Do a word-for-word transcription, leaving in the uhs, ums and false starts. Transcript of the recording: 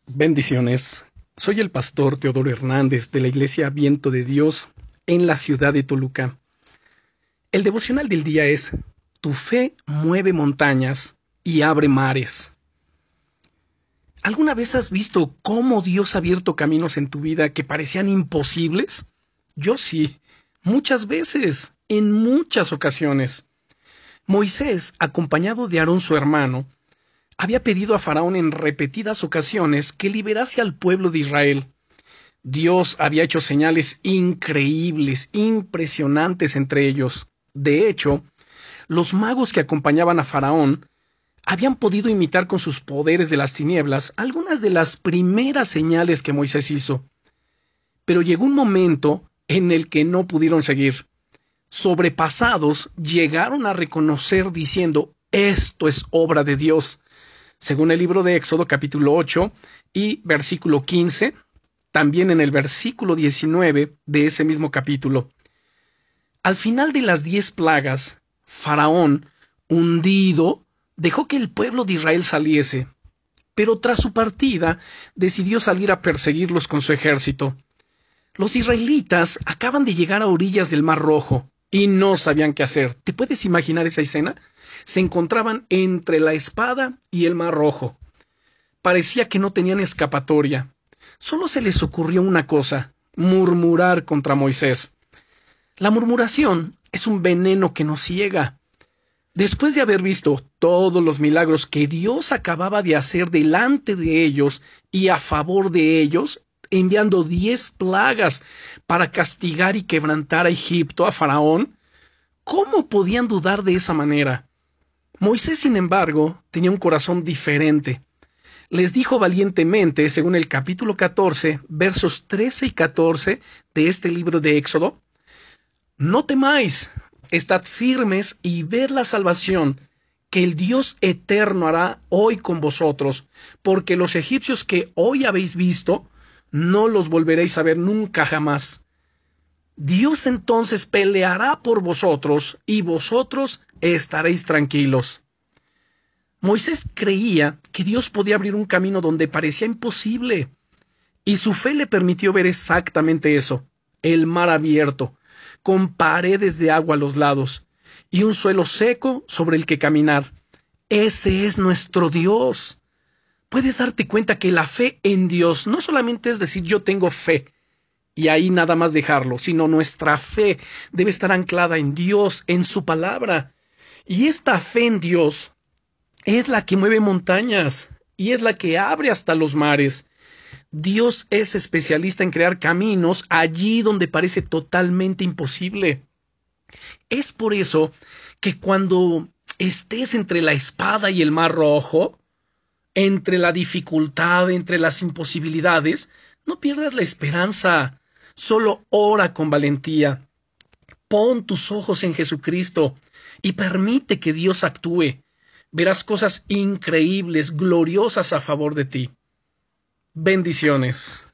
Bendiciones. Soy el pastor Teodoro Hernández de la Iglesia Viento de Dios en la ciudad de Toluca. El devocional del día es: Tu fe mueve montañas y abre mares. ¿Alguna vez has visto cómo Dios ha abierto caminos en tu vida que parecían imposibles? Yo sí, muchas veces, en muchas ocasiones. Moisés, acompañado de Aarón su hermano, había pedido a Faraón en repetidas ocasiones que liberase al pueblo de Israel. Dios había hecho señales increíbles, impresionantes entre ellos. De hecho, los magos que acompañaban a Faraón habían podido imitar con sus poderes de las tinieblas algunas de las primeras señales que Moisés hizo. Pero llegó un momento en el que no pudieron seguir. Sobrepasados, llegaron a reconocer diciendo: «Esto es obra de Dios», según el libro de Éxodo capítulo ocho y versículo quince, también en el versículo diecinueve de ese mismo capítulo. Al final de las diez plagas, Faraón, hundido, dejó que el pueblo de Israel saliese, pero tras su partida decidió salir a perseguirlos con su ejército. Los israelitas acaban de llegar a orillas del Mar Rojo y no sabían qué hacer. ¿Te puedes imaginar esa escena? Se encontraban entre la espada y el Mar Rojo. Parecía que no tenían escapatoria. Solo se les ocurrió una cosa: murmurar contra Moisés. La murmuración es un veneno que nos ciega. Después de haber visto todos los milagros que Dios acababa de hacer delante de ellos y a favor de ellos, enviando diez plagas para castigar y quebrantar a Egipto, a Faraón, ¿cómo podían dudar de esa manera? Moisés, sin embargo, tenía un corazón diferente. Les dijo valientemente, según el capítulo catorce, versos trece y catorce de este libro de Éxodo: «No temáis, estad firmes y ved la salvación que el Dios eterno hará hoy con vosotros, porque los egipcios que hoy habéis visto, no los volveréis a ver nunca jamás. Dios entonces peleará por vosotros y vosotros estaréis tranquilos». Moisés creía que Dios podía abrir un camino donde parecía imposible, y su fe le permitió ver exactamente eso: el mar abierto, con paredes de agua a los lados, y un suelo seco sobre el que caminar. Ese es nuestro Dios. Puedes darte cuenta que la fe en Dios no solamente es decir yo tengo fe y ahí nada más dejarlo, sino nuestra fe debe estar anclada en Dios, en su palabra. Y esta fe en Dios es la que mueve montañas y es la que abre hasta los mares. Dios es especialista en crear caminos allí donde parece totalmente imposible. Es por eso que cuando estés entre la espada y el Mar Rojo, entre la dificultad, entre las imposibilidades, no pierdas la esperanza. Solo ora con valentía. Pon tus ojos en Jesucristo y permite que Dios actúe. Verás cosas increíbles, gloriosas a favor de ti. Bendiciones.